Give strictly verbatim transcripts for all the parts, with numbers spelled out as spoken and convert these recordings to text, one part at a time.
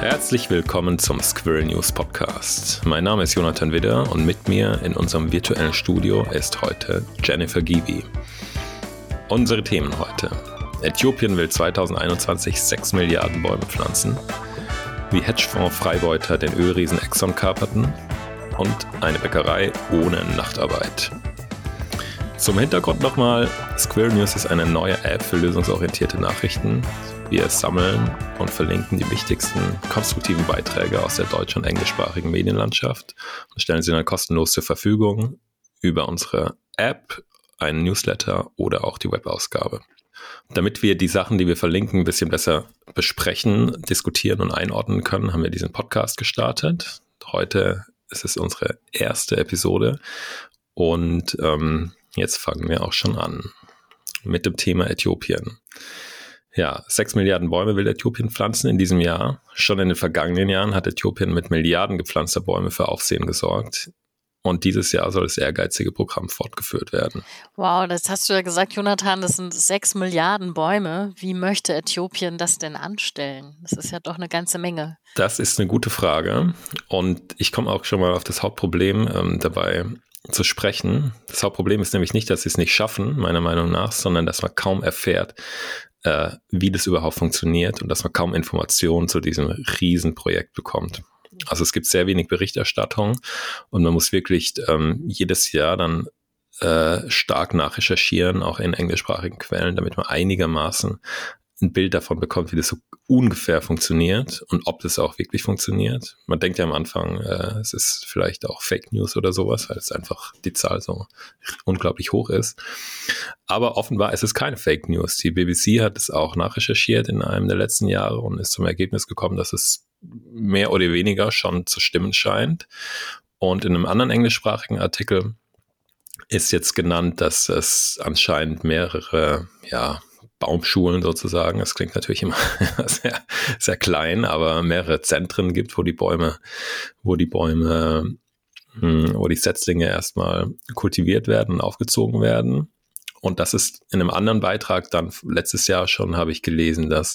Herzlich willkommen zum Squirrel News Podcast. Mein Name ist Jonathan Widder und mit mir in unserem virtuellen Studio ist heute Jennifer Givi. Unsere Themen heute: Äthiopien will zweitausendeinundzwanzig sechs Milliarden Bäume pflanzen, wie Hedgefonds-Freibeuter den Ölriesen Exxon kaperten und eine Bäckerei ohne Nachtarbeit. Zum Hintergrund nochmal: Squirrel News ist eine neue App für lösungsorientierte Nachrichten. Wir sammeln und verlinken die wichtigsten konstruktiven Beiträge aus der deutsch- und englischsprachigen Medienlandschaft und stellen sie dann kostenlos zur Verfügung über unsere App, einen Newsletter oder auch die Webausgabe. Damit wir die Sachen, die wir verlinken, ein bisschen besser besprechen, diskutieren und einordnen können, haben wir diesen Podcast gestartet. Heute ist es unsere erste Episode und ähm, jetzt fangen wir auch schon an mit dem Thema Äthiopien. Ja, sechs Milliarden Bäume will Äthiopien pflanzen in diesem Jahr. Schon in den vergangenen Jahren hat Äthiopien mit Milliarden gepflanzter Bäume für Aufsehen gesorgt. Und dieses Jahr soll das ehrgeizige Programm fortgeführt werden. Wow, das hast du ja gesagt, Jonathan, das sind sechs Milliarden Bäume. Wie möchte Äthiopien das denn anstellen? Das ist ja doch eine ganze Menge. Das ist eine gute Frage. Und ich komme auch schon mal auf das Hauptproblem ähm, dabei zu sprechen. Das Hauptproblem ist nämlich nicht, dass sie es nicht schaffen, meiner Meinung nach, sondern dass man kaum erfährt, äh, wie das überhaupt funktioniert und dass man kaum Informationen zu diesem Riesenprojekt bekommt. Also es gibt sehr wenig Berichterstattung und man muss wirklich ähm, jedes Jahr dann äh, stark nachrecherchieren, auch in englischsprachigen Quellen, damit man einigermaßen ein Bild davon bekommt, wie das so ungefähr funktioniert und ob das auch wirklich funktioniert. Man denkt ja am Anfang, äh, es ist vielleicht auch Fake News oder sowas, weil es einfach die Zahl so unglaublich hoch ist. Aber offenbar ist es keine Fake News. Die B B C hat es auch nachrecherchiert in einem der letzten Jahre und ist zum Ergebnis gekommen, dass es mehr oder weniger schon zu stimmen scheint. Und in einem anderen englischsprachigen Artikel ist jetzt genannt, dass es anscheinend mehrere, ja, Baumschulen sozusagen, das klingt natürlich immer sehr, sehr klein, aber mehrere Zentren gibt, wo die Bäume, wo die Bäume, wo die Setzlinge erstmal kultiviert werden und aufgezogen werden. Und das ist in einem anderen Beitrag dann letztes Jahr schon, habe ich gelesen, dass,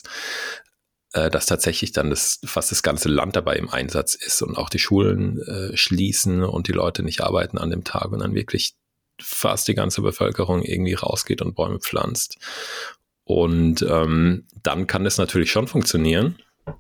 äh, dass tatsächlich dann das, fast das ganze Land dabei im Einsatz ist und auch die Schulen äh, schließen und die Leute nicht arbeiten an dem Tag und dann wirklich fast die ganze Bevölkerung irgendwie rausgeht und Bäume pflanzt. Und ähm, dann kann das natürlich schon funktionieren.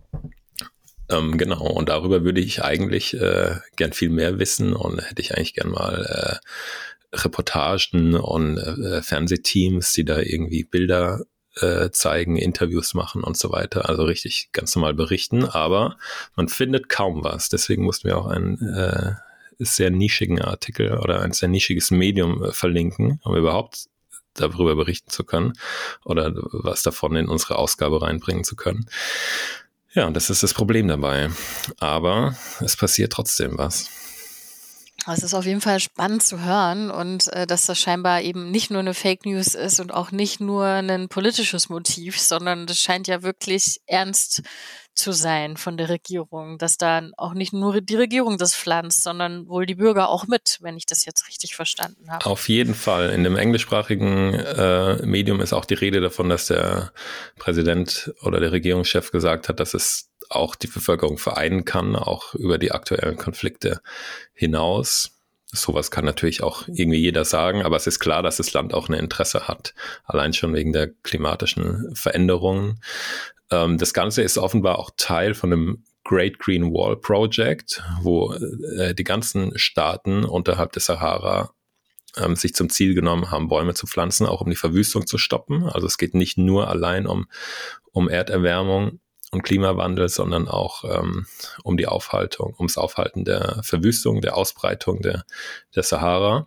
Ähm, genau, und darüber würde ich eigentlich äh, gern viel mehr wissen und hätte ich eigentlich gern mal äh, Reportagen und äh, Fernsehteams, die da irgendwie Bilder äh, zeigen, Interviews machen und so weiter. Also richtig ganz normal berichten, aber man findet kaum was. Deswegen mussten wir auch einen äh, sehr nischigen Artikel oder ein sehr nischiges Medium äh, verlinken, um überhaupt darüber berichten zu können oder was davon in unsere Ausgabe reinbringen zu können. Ja, und das ist das Problem dabei. Aber es passiert trotzdem was. Es ist auf jeden Fall spannend zu hören und äh, dass das scheinbar eben nicht nur eine Fake News ist und auch nicht nur ein politisches Motiv, sondern das scheint ja wirklich ernst zu sein von der Regierung, dass dann auch nicht nur die Regierung das pflanzt, sondern wohl die Bürger auch mit, wenn ich das jetzt richtig verstanden habe. Auf jeden Fall. In dem englischsprachigen äh, Medium ist auch die Rede davon, dass der Präsident oder der Regierungschef gesagt hat, dass es auch die Bevölkerung vereinen kann, auch über die aktuellen Konflikte hinaus. Sowas kann natürlich auch irgendwie jeder sagen, aber es ist klar, dass das Land auch ein Interesse hat, allein schon wegen der klimatischen Veränderungen. Ähm, das Ganze ist offenbar auch Teil von dem Great Green Wall Project, wo äh, die ganzen Staaten unterhalb der Sahara ähm, sich zum Ziel genommen haben, Bäume zu pflanzen, auch um die Verwüstung zu stoppen. Also es geht nicht nur allein um, um Erderwärmung und Klimawandel, sondern auch ähm, um die Aufhaltung, ums Aufhalten der Verwüstung, der Ausbreitung der, der Sahara.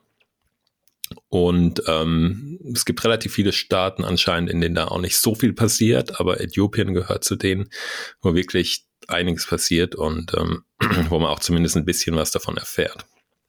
Und ähm, es gibt relativ viele Staaten anscheinend, in denen da auch nicht so viel passiert, aber Äthiopien gehört zu denen, wo wirklich einiges passiert und ähm, wo man auch zumindest ein bisschen was davon erfährt.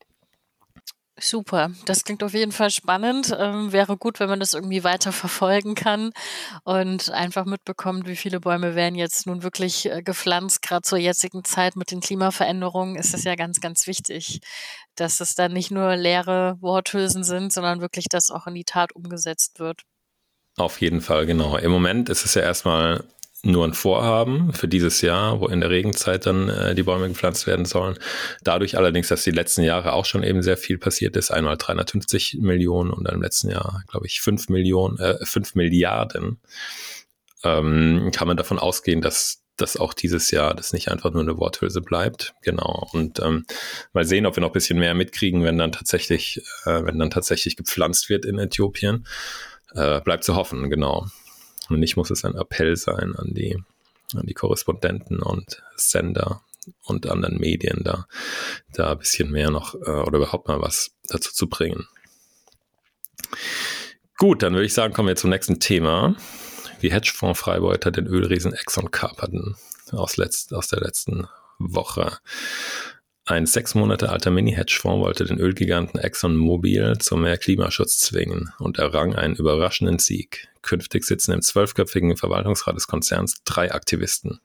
Super, das klingt auf jeden Fall spannend. Ähm, wäre gut, wenn man das irgendwie weiter verfolgen kann und einfach mitbekommt, wie viele Bäume werden jetzt nun wirklich äh, gepflanzt. Gerade zur jetzigen Zeit mit den Klimaveränderungen ist es ja ganz, ganz wichtig, dass es dann nicht nur leere Worthülsen sind, sondern wirklich das auch in die Tat umgesetzt wird. Auf jeden Fall, genau. Im Moment ist es ja erstmal nur ein Vorhaben für dieses Jahr, wo in der Regenzeit dann äh, die Bäume gepflanzt werden sollen. Dadurch allerdings, dass die letzten Jahre auch schon eben sehr viel passiert ist, einmal dreihundertfünfzig Millionen und dann im letzten Jahr, glaube ich, fünf Millionen, äh, fünf Milliarden, ähm, kann man davon ausgehen, dass das auch dieses Jahr das nicht einfach nur eine Worthülse bleibt. Genau. Und ähm, mal sehen, ob wir noch ein bisschen mehr mitkriegen, wenn dann tatsächlich, äh, wenn dann tatsächlich gepflanzt wird in Äthiopien. Äh, bleibt zu hoffen, genau. Und nicht muss es ein Appell sein an die, an die Korrespondenten und Sender und anderen Medien, da, da ein bisschen mehr noch äh, oder überhaupt mal was dazu zu bringen. Gut, dann würde ich sagen, kommen wir zum nächsten Thema. Wie Hedgefonds-Freibeuter den Ölriesen Exxon kaperten aus, letzt, aus der letzten Woche. Ein sechs Monate alter Mini-Hedgefonds wollte den Ölgiganten ExxonMobil zu mehr Klimaschutz zwingen und errang einen überraschenden Sieg. Künftig sitzen im zwölfköpfigen Verwaltungsrat des Konzerns drei Aktivisten.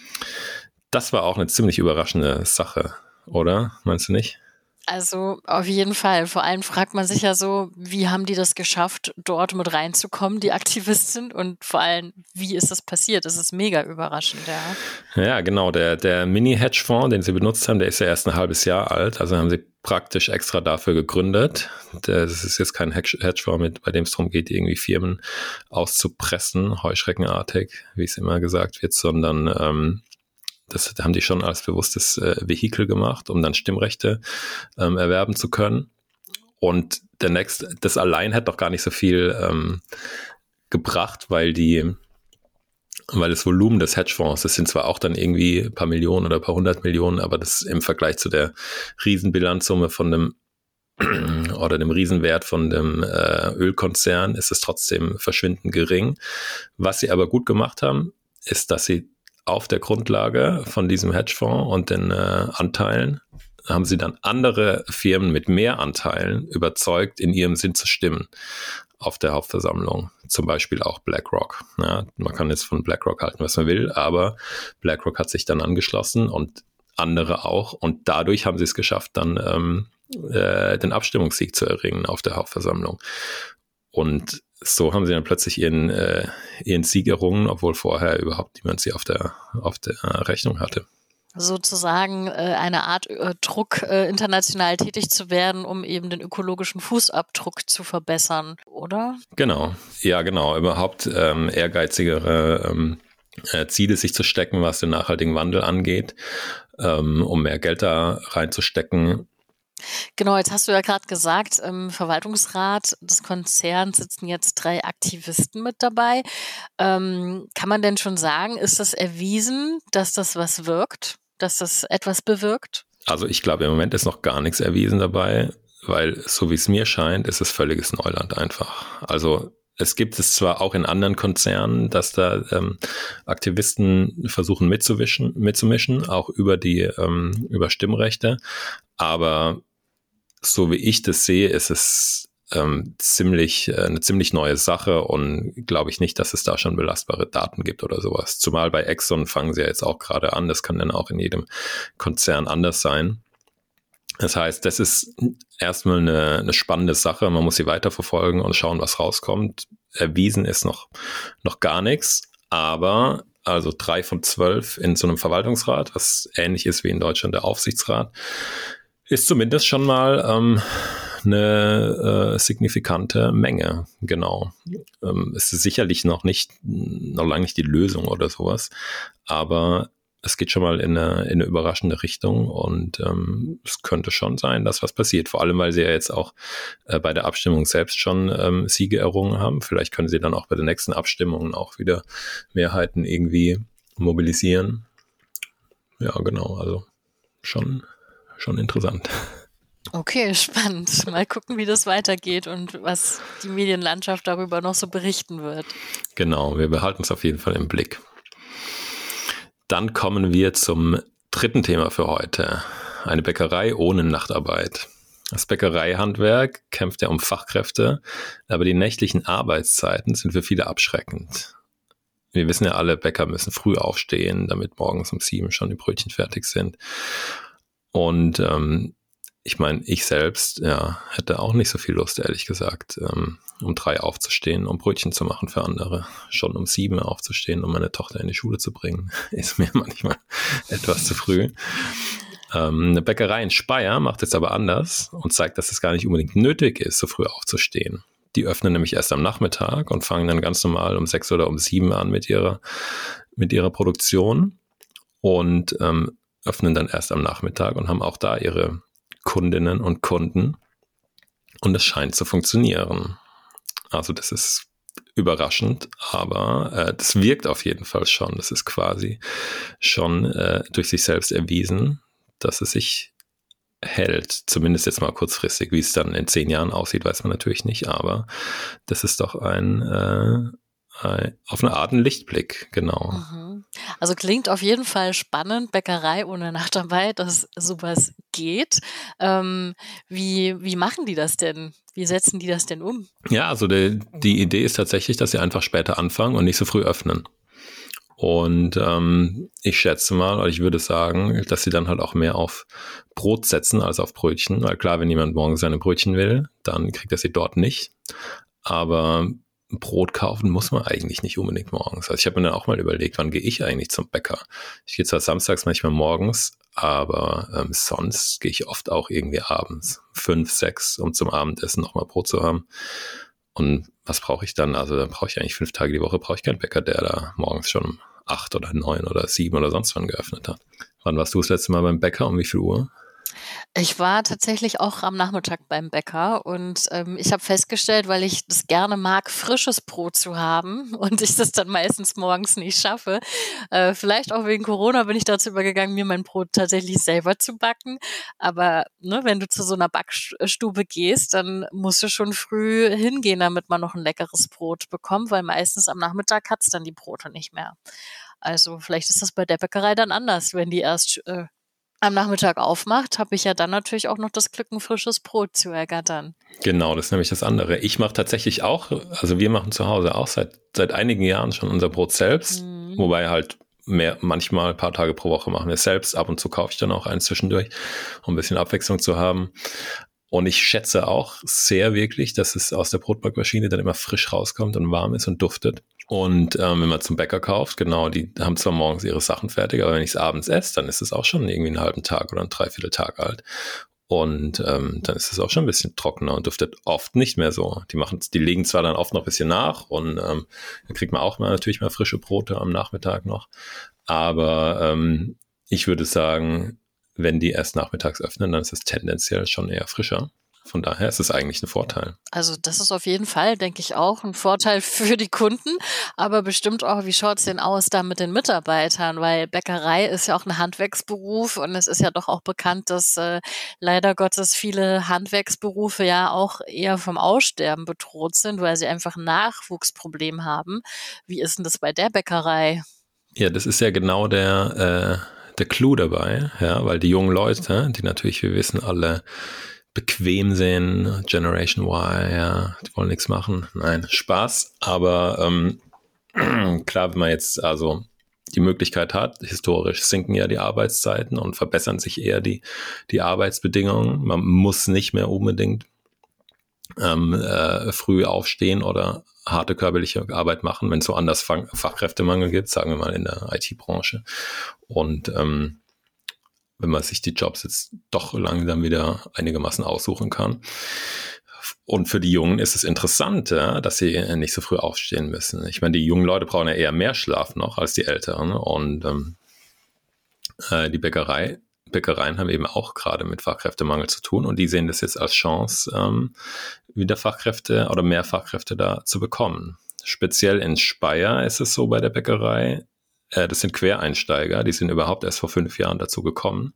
Das war auch eine ziemlich überraschende Sache, oder? Meinst du nicht? Also auf jeden Fall. Vor allem fragt man sich ja so, wie haben die das geschafft, dort mit reinzukommen, die Aktivisten? Und vor allem, wie ist das passiert? Das ist mega überraschend, ja. Ja, genau. Der, der Mini-Hedgefonds, den sie benutzt haben, der ist ja erst ein halbes Jahr alt. Also haben sie praktisch extra dafür gegründet. Das ist jetzt kein Hedgefonds, mit, bei dem es darum geht, irgendwie Firmen auszupressen, heuschreckenartig, wie es immer gesagt wird, sondern ähm, das haben die schon als bewusstes äh, Vehikel gemacht, um dann Stimmrechte ähm, erwerben zu können. Und der Next, das allein hat doch gar nicht so viel ähm, gebracht, weil die, weil das Volumen des Hedgefonds, das sind zwar auch dann irgendwie ein paar Millionen oder ein paar hundert Millionen, aber das im Vergleich zu der Riesenbilanzsumme von dem oder dem Riesenwert von dem äh, Ölkonzern ist es trotzdem verschwindend gering. Was sie aber gut gemacht haben, ist, dass sie auf der Grundlage von diesem Hedgefonds und den äh, Anteilen haben sie dann andere Firmen mit mehr Anteilen überzeugt, in ihrem Sinn zu stimmen auf der Hauptversammlung. Zum Beispiel auch BlackRock. Ja, man kann jetzt von BlackRock halten, was man will, aber BlackRock hat sich dann angeschlossen und andere auch. Und dadurch haben sie es geschafft, dann ähm, äh, den Abstimmungssieg zu erringen auf der Hauptversammlung. Und so haben sie dann plötzlich ihren, äh, ihren Sieg errungen, obwohl vorher überhaupt niemand sie auf der, auf der Rechnung hatte. Sozusagen äh, eine Art äh, Druck, äh, international tätig zu werden, um eben den ökologischen Fußabdruck zu verbessern, oder? Genau, ja genau, überhaupt ähm, ehrgeizigere ähm, äh, Ziele sich zu stecken, was den nachhaltigen Wandel angeht, ähm, um mehr Geld da reinzustecken. Genau, jetzt hast du ja gerade gesagt, im Verwaltungsrat des Konzerns sitzen jetzt drei Aktivisten mit dabei. Ähm, kann man denn schon sagen, ist das erwiesen, dass das was wirkt, dass das etwas bewirkt? Also ich glaube, im Moment ist noch gar nichts erwiesen dabei, weil so wie es mir scheint, ist es völliges Neuland einfach. Also es gibt es zwar auch in anderen Konzernen, dass da ähm, Aktivisten versuchen mitzumischen, mitzumischen, auch über die ähm, über Stimmrechte, aber so wie ich das sehe, ist es ähm, ziemlich äh, eine ziemlich neue Sache und glaube ich nicht, dass es da schon belastbare Daten gibt oder sowas. Zumal bei Exxon fangen sie ja jetzt auch gerade an. Das kann dann auch in jedem Konzern anders sein. Das heißt, das ist erstmal eine, eine spannende Sache. Man muss sie weiterverfolgen und schauen, was rauskommt. Erwiesen ist noch, noch gar nichts, aber also drei von zwölf in so einem Verwaltungsrat, was ähnlich ist wie in Deutschland der Aufsichtsrat, ist zumindest schon mal ähm, eine äh, signifikante Menge, genau. Ähm, es ist sicherlich noch nicht, noch lange nicht die Lösung oder sowas, aber es geht schon mal in eine, in eine überraschende Richtung und ähm, es könnte schon sein, dass was passiert. Vor allem, weil sie ja jetzt auch äh, bei der Abstimmung selbst schon ähm, Siege errungen haben. Vielleicht können sie dann auch bei den nächsten Abstimmungen auch wieder Mehrheiten irgendwie mobilisieren. Ja, genau, also schon Schon interessant. Okay, spannend. Mal gucken, wie das weitergeht und was die Medienlandschaft darüber noch so berichten wird. Genau, wir behalten es auf jeden Fall im Blick. Dann kommen wir zum dritten Thema für heute. Eine Bäckerei ohne Nachtarbeit. Das Bäckereihandwerk kämpft ja um Fachkräfte, aber die nächtlichen Arbeitszeiten sind für viele abschreckend. Wir wissen ja alle, Bäcker müssen früh aufstehen, damit morgens um sieben schon die Brötchen fertig sind. Und ähm, ich meine, ich selbst, ja, hätte auch nicht so viel Lust, ehrlich gesagt, ähm, um drei aufzustehen, um Brötchen zu machen für andere. Schon um sieben aufzustehen, um meine Tochter in die Schule zu bringen, ist mir manchmal etwas zu früh. Ähm, eine Bäckerei in Speyer macht es aber anders und zeigt, dass es gar nicht unbedingt nötig ist, so früh aufzustehen. Die öffnen nämlich erst am Nachmittag und fangen dann ganz normal um sechs oder um sieben an mit ihrer, mit ihrer Produktion und ähm, öffnen dann erst am Nachmittag und haben auch da ihre Kundinnen und Kunden und es scheint zu funktionieren. Also das ist überraschend, aber äh, das wirkt auf jeden Fall schon. Das ist quasi schon äh, durch sich selbst erwiesen, dass es sich hält, zumindest jetzt mal kurzfristig. Wie es dann in zehn Jahren aussieht, weiß man natürlich nicht, aber das ist doch ein, äh, ein auf eine Art ein Lichtblick, genau. Mhm. Also klingt auf jeden Fall spannend, Bäckerei ohne Nachtarbeit, dass sowas geht. Ähm, wie, wie machen die das denn? Wie setzen die das denn um? Ja, also die, die Idee ist tatsächlich, dass sie einfach später anfangen und nicht so früh öffnen. Und ähm, ich schätze mal, oder ich würde sagen, dass sie dann halt auch mehr auf Brot setzen als auf Brötchen. Weil klar, wenn jemand morgen seine Brötchen will, dann kriegt er sie dort nicht. Aber Brot kaufen muss man eigentlich nicht unbedingt morgens. Also ich habe mir dann auch mal überlegt, wann gehe ich eigentlich zum Bäcker? Ich gehe zwar samstags manchmal morgens, aber ähm, sonst gehe ich oft auch irgendwie abends. Fünf, sechs, um zum Abendessen nochmal Brot zu haben. Und was brauche ich dann? Also dann brauche ich eigentlich fünf Tage die Woche, brauche ich keinen Bäcker, der da morgens schon um acht oder neun oder sieben oder sonst wann geöffnet hat. Wann warst du das letzte Mal beim Bäcker? Um wie viel Uhr? Ich war tatsächlich auch am Nachmittag beim Bäcker und ähm, ich habe festgestellt, weil ich das gerne mag, frisches Brot zu haben und ich das dann meistens morgens nicht schaffe. Äh, vielleicht auch wegen Corona bin ich dazu übergegangen, mir mein Brot tatsächlich selber zu backen. Aber ne, wenn du zu so einer Backstube gehst, dann musst du schon früh hingehen, damit man noch ein leckeres Brot bekommt, weil meistens am Nachmittag hat's dann die Brote nicht mehr. Also vielleicht ist das bei der Bäckerei dann anders, wenn die erst äh, am Nachmittag aufmacht, habe ich ja dann natürlich auch noch das Glück, ein frisches Brot zu ergattern. Genau, das ist nämlich das andere. Ich mache tatsächlich auch, also wir machen zu Hause auch seit, seit einigen Jahren schon unser Brot selbst, mhm. wobei halt mehr, manchmal ein paar Tage pro Woche machen wir es selbst. Ab und zu kaufe ich dann auch eins zwischendurch, um ein bisschen Abwechslung zu haben. Und ich schätze auch sehr wirklich, dass es aus der Brotbackmaschine dann immer frisch rauskommt und warm ist und duftet. Und ähm, wenn man zum Bäcker kauft, genau, die haben zwar morgens ihre Sachen fertig, aber wenn ich es abends esse, dann ist es auch schon irgendwie einen halben Tag oder einen Dreivierteltag alt. Und ähm, dann ist es auch schon ein bisschen trockener und duftet oft nicht mehr so. Die machen, die legen zwar dann oft noch ein bisschen nach und ähm, dann kriegt man auch mal natürlich mal frische Brote am Nachmittag noch. Aber ähm, ich würde sagen, wenn die erst nachmittags öffnen, dann ist es tendenziell schon eher frischer. Von daher ist es eigentlich ein Vorteil. Also das ist auf jeden Fall, denke ich auch, ein Vorteil für die Kunden, aber bestimmt auch, wie schaut's denn aus da mit den Mitarbeitern, weil Bäckerei ist ja auch ein Handwerksberuf und es ist ja doch auch bekannt, dass äh, leider Gottes viele Handwerksberufe ja auch eher vom Aussterben bedroht sind, weil sie einfach ein Nachwuchsproblem haben. Wie ist denn das bei der Bäckerei? Ja, das ist ja genau der, äh, der Clou dabei, ja, weil die jungen Leute, die natürlich, wir wissen alle, bequem sind, Generation Y, ja, die wollen nichts machen. Nein, Spaß. Aber ähm, klar, wenn man jetzt also die Möglichkeit hat, historisch sinken ja die Arbeitszeiten und verbessern sich eher die, die Arbeitsbedingungen. Man muss nicht mehr unbedingt ähm, äh, früh aufstehen oder harte körperliche Arbeit machen, wenn es so anders Fach- Fachkräftemangel gibt, sagen wir mal in der I T-Branche. Und ähm, wenn man sich die Jobs jetzt doch langsam wieder einigermaßen aussuchen kann. Und für die Jungen ist es interessant, ja, dass sie nicht so früh aufstehen müssen. Ich meine, die jungen Leute brauchen ja eher mehr Schlaf noch als die Älteren. Und ähm, äh, die Bäckerei, Bäckereien haben eben auch gerade mit Fachkräftemangel zu tun. Und die sehen das jetzt als Chance, ähm, wieder Fachkräfte oder mehr Fachkräfte da zu bekommen. Speziell in Speyer ist es so bei der Bäckerei, das sind Quereinsteiger, die sind überhaupt erst vor fünf Jahren dazu gekommen.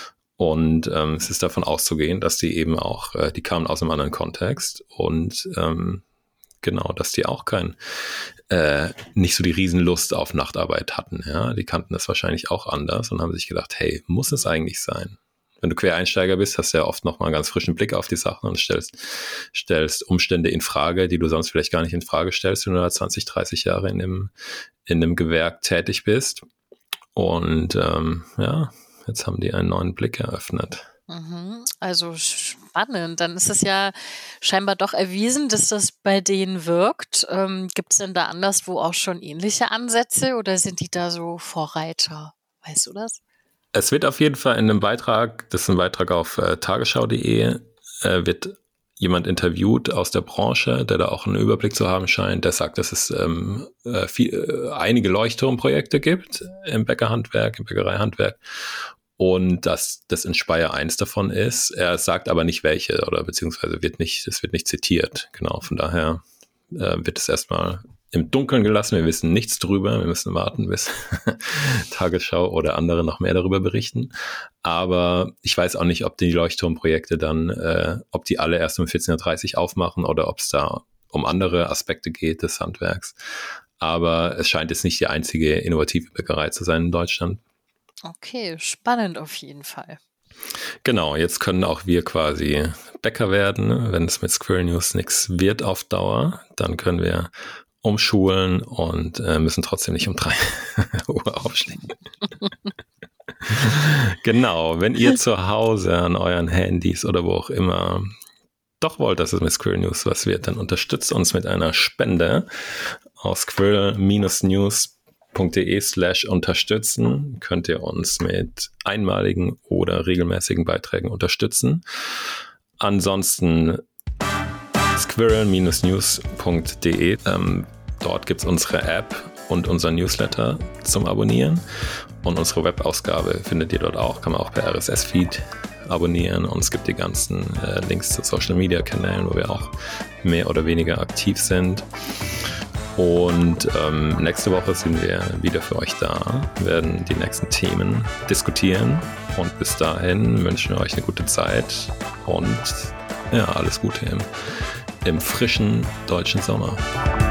Und ähm, es ist davon auszugehen, dass die eben auch, äh, die kamen aus einem anderen Kontext und ähm, genau, dass die auch kein, äh, nicht so die Riesenlust auf Nachtarbeit hatten. Ja, die kannten das wahrscheinlich auch anders und haben sich gedacht, hey, muss es eigentlich sein? Wenn du Quereinsteiger bist, hast du ja oft nochmal einen ganz frischen Blick auf die Sachen und stellst, stellst Umstände in Frage, die du sonst vielleicht gar nicht in Frage stellst, wenn du da zwanzig, dreißig Jahre in dem, in dem Gewerk tätig bist. Und ähm, ja, jetzt haben die einen neuen Blick eröffnet. Mhm. Also spannend. Dann ist es ja scheinbar doch erwiesen, dass das bei denen wirkt. Ähm, gibt es denn da anderswo auch schon ähnliche Ansätze oder sind die da so Vorreiter? Weißt du das? Es wird auf jeden Fall in einem Beitrag, das ist ein Beitrag auf äh, tagesschau punkt de, äh, wird jemand interviewt aus der Branche, der da auch einen Überblick zu haben scheint, der sagt, dass es ähm, äh, viel, äh, einige Leuchtturmprojekte gibt im Bäckerhandwerk, im Bäckereihandwerk und dass das Inspire eins davon ist. Er sagt aber nicht welche oder beziehungsweise wird nicht, es wird nicht zitiert. Genau, von daher äh, wird es erstmal im Dunkeln gelassen. Wir wissen nichts drüber. Wir müssen warten, bis Tagesschau oder andere noch mehr darüber berichten. Aber ich weiß auch nicht, ob die Leuchtturmprojekte dann, äh, ob die alle erst um vierzehn Uhr dreißig aufmachen oder ob es da um andere Aspekte geht des Handwerks. Aber es scheint jetzt nicht die einzige innovative Bäckerei zu sein in Deutschland. Okay, spannend auf jeden Fall. Genau, jetzt können auch wir quasi Bäcker werden. Wenn es mit Squirrel News nichts wird auf Dauer, dann können wir umschulen und äh, müssen trotzdem nicht um drei Uhr aufstehen. Genau, wenn ihr zu Hause an euren Handys oder wo auch immer doch wollt, dass es mit Squirrel News was wird, dann unterstützt uns mit einer Spende auf squirrel-news.de slash unterstützen. Könnt ihr uns mit einmaligen oder regelmäßigen Beiträgen unterstützen. Ansonsten squirrel-news.de. Ähm, dort gibt es unsere App und unser Newsletter zum Abonnieren. Und unsere Webausgabe findet ihr dort auch. Kann man auch per R S S-Feed abonnieren. Und es gibt die ganzen äh, Links zu Social-Media-Kanälen, wo wir auch mehr oder weniger aktiv sind. Und ähm, nächste Woche sind wir wieder für euch da, werden die nächsten Themen diskutieren. Und bis dahin wünschen wir euch eine gute Zeit und ja, alles Gute im, im frischen deutschen Sommer.